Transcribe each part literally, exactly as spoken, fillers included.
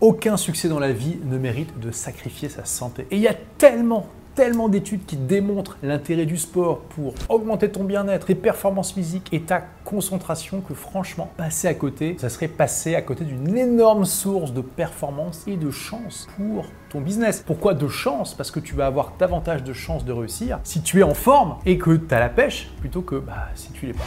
Aucun succès dans la vie ne mérite de sacrifier sa santé. Et il y a tellement, tellement d'études qui démontrent l'intérêt du sport pour augmenter ton bien-être, tes performances physiques et ta concentration que franchement, passer à côté, ça serait passer à côté d'une énorme source de performance et de chance pour ton business. Pourquoi de chance? Parce que tu vas avoir davantage de chances de réussir si tu es en forme et que tu as la pêche plutôt que bah, si tu l'es pas.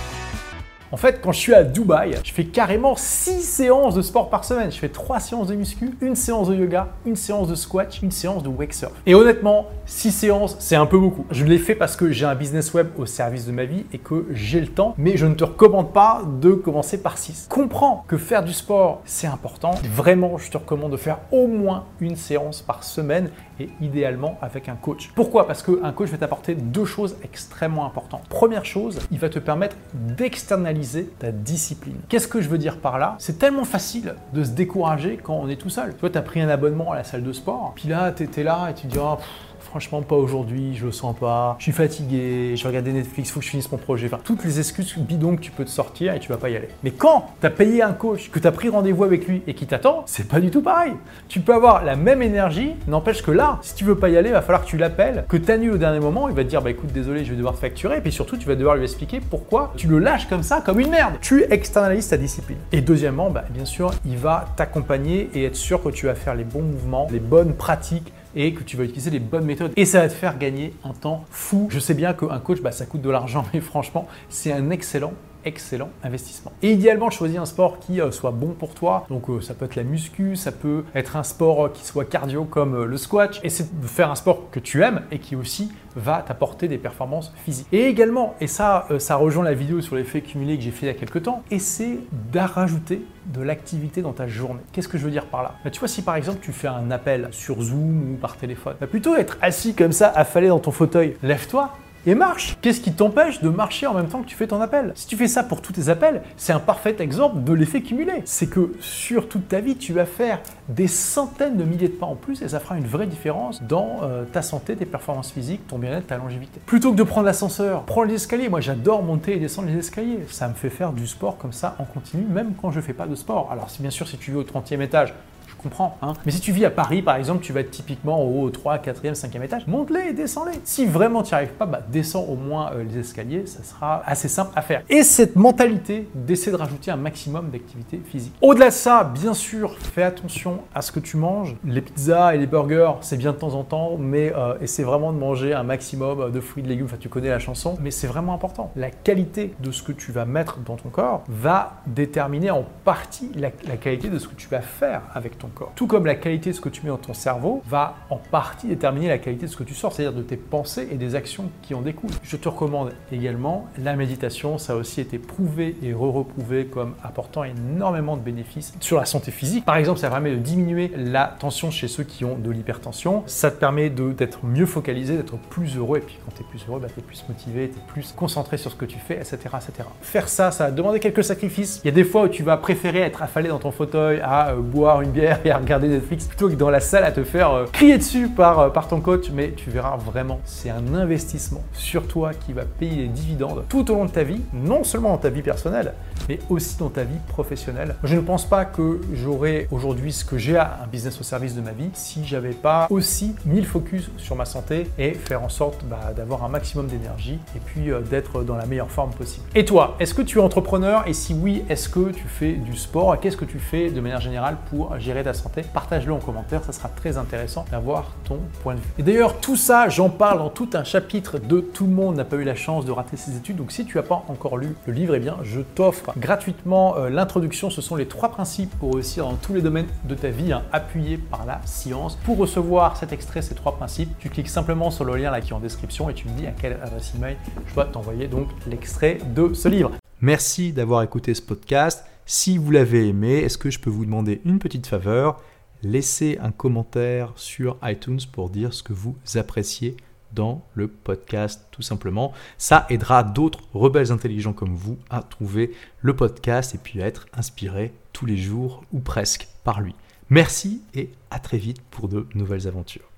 En fait, quand je suis à Dubaï, je fais carrément six séances de sport par semaine. Je fais trois séances de muscu, une séance de yoga, une séance de squat, une séance de wake surf. Et honnêtement, six séances, c'est un peu beaucoup. Je l'ai fait parce que j'ai un business web au service de ma vie et que j'ai le temps, mais je ne te recommande pas de commencer par six. Comprends que faire du sport, c'est important. Vraiment, je te recommande de faire au moins une séance par semaine et idéalement avec un coach. Pourquoi? Parce qu'un coach va t'apporter deux choses extrêmement importantes. Première chose, il va te permettre d'externaliser ta discipline. Qu'est-ce que je veux dire par là? C'est tellement facile de se décourager quand on est tout seul. Toi, tu as pris un abonnement à la salle de sport, puis là, tu étais là et tu te dis oh, franchement, pas aujourd'hui, je le sens pas, je suis fatigué, je vais regarder Netflix, il faut que je finisse mon projet. Enfin, toutes les excuses bidons que tu peux te sortir et tu vas pas y aller. Mais quand tu as payé un coach, que tu as pris rendez-vous avec lui et qui t'attend, c'est pas du tout pareil. Tu peux avoir la même énergie, n'empêche que là, si tu veux pas y aller, il va falloir que tu l'appelles, que tu annules au dernier moment, il va te dire bah écoute, désolé, je vais devoir te facturer, et puis surtout, tu vas devoir lui expliquer pourquoi tu le lâches comme ça, comme une merde. Tu externalises ta discipline. Et deuxièmement, bah, bien sûr, il va t'accompagner et être sûr que tu vas faire les bons mouvements, les bonnes pratiques, et que tu vas utiliser les bonnes méthodes. Et ça va te faire gagner un temps fou. Je sais bien qu'un coach, bah, ça coûte de l'argent, mais franchement, c'est un excellent excellent investissement. Et idéalement, choisis un sport qui euh, soit bon pour toi. Donc euh, ça peut être la muscu, ça peut être un sport euh, qui soit cardio comme euh, le squat. Et c'est de faire un sport que tu aimes et qui aussi va t'apporter des performances physiques. Et également, et ça, euh, ça rejoint la vidéo sur l'effet cumulé que j'ai fait il y a quelques temps, essaie d'ajouter de l'activité dans ta journée. Qu'est-ce que je veux dire par là? Bah, tu vois, si par exemple tu fais un appel sur Zoom ou par téléphone, bah, plutôt être assis comme ça, affalé dans ton fauteuil, lève-toi et marche. Qu'est-ce qui t'empêche de marcher en même temps que tu fais ton appel? Si tu fais ça pour tous tes appels, c'est un parfait exemple de l'effet cumulé. C'est que sur toute ta vie, tu vas faire des centaines de milliers de pas en plus et ça fera une vraie différence dans euh, ta santé, tes performances physiques, ton bien-être, ta longévité. Plutôt que de prendre l'ascenseur, prends les escaliers. Moi, j'adore monter et descendre les escaliers. Ça me fait faire du sport comme ça en continu, même quand je ne fais pas de sport. Alors, c'est bien sûr, si tu vis au trentième étage, comprends, hein. Mais si tu vis à Paris, par exemple, tu vas être typiquement au trois, quatrième, cinquième étage, monte-les et descends-les. Si vraiment tu n'y arrives pas, bah, descends au moins euh, les escaliers, ça sera assez simple à faire. Et cette mentalité d'essayer de rajouter un maximum d'activité physique. Au-delà de ça, bien sûr, fais attention à ce que tu manges. Les pizzas et les burgers, c'est bien de temps en temps, mais euh, essaie vraiment de manger un maximum de fruits, de légumes, enfin tu connais la chanson, mais c'est vraiment important. La qualité de ce que tu vas mettre dans ton corps va déterminer en partie la, la qualité de ce que tu vas faire avec ton corps. Tout comme la qualité de ce que tu mets dans ton cerveau va en partie déterminer la qualité de ce que tu sors, c'est-à-dire de tes pensées et des actions qui en découlent. Je te recommande également la méditation, ça a aussi été prouvé et re-reprouvé comme apportant énormément de bénéfices sur la santé physique. Par exemple, ça permet de diminuer la tension chez ceux qui ont de l'hypertension, ça te permet de, d'être mieux focalisé, d'être plus heureux, et puis quand tu es plus heureux, bah, tu es plus motivé, tu es plus concentré sur ce que tu fais, et cetera, et cetera. Faire ça, ça va te demander quelques sacrifices. Il y a des fois où tu vas préférer être affalé dans ton fauteuil à euh, boire une bière et à regarder Netflix plutôt que dans la salle à te faire euh, crier dessus par, euh, par ton coach, mais tu verras vraiment, c'est un investissement sur toi qui va payer les dividendes tout au long de ta vie, non seulement dans ta vie personnelle, mais aussi dans ta vie professionnelle. Je ne pense pas que j'aurais aujourd'hui ce que j'ai, un business au service de ma vie, si j'avais pas aussi mis le focus sur ma santé et faire en sorte bah, d'avoir un maximum d'énergie et puis euh, d'être dans la meilleure forme possible. Et toi, est-ce que tu es entrepreneur? Et si oui, est-ce que tu fais du sport? Qu'est-ce que tu fais de manière générale pour gérer ta santé? Partage-le en commentaire, ça sera très intéressant d'avoir ton point de vue. Et d'ailleurs, tout ça, j'en parle dans tout un chapitre de Tout le monde n'a pas eu la chance de rater ses études. Donc si tu n'as pas encore lu le livre, eh bien, je t'offre gratuitement euh, l'introduction. Ce sont les trois principes pour réussir dans tous les domaines de ta vie, hein, appuyés par la science. Pour recevoir cet extrait, ces trois principes, tu cliques simplement sur le lien là qui est en description et tu me dis à quelle adresse email je dois t'envoyer donc l'extrait de ce livre. Merci d'avoir écouté ce podcast. Si vous l'avez aimé, est-ce que je peux vous demander une petite faveur? Laissez un commentaire sur iTunes pour dire ce que vous appréciez dans le podcast, tout simplement. Ça aidera d'autres rebelles intelligents comme vous à trouver le podcast et puis à être inspirés tous les jours ou presque par lui. Merci et à très vite pour de nouvelles aventures.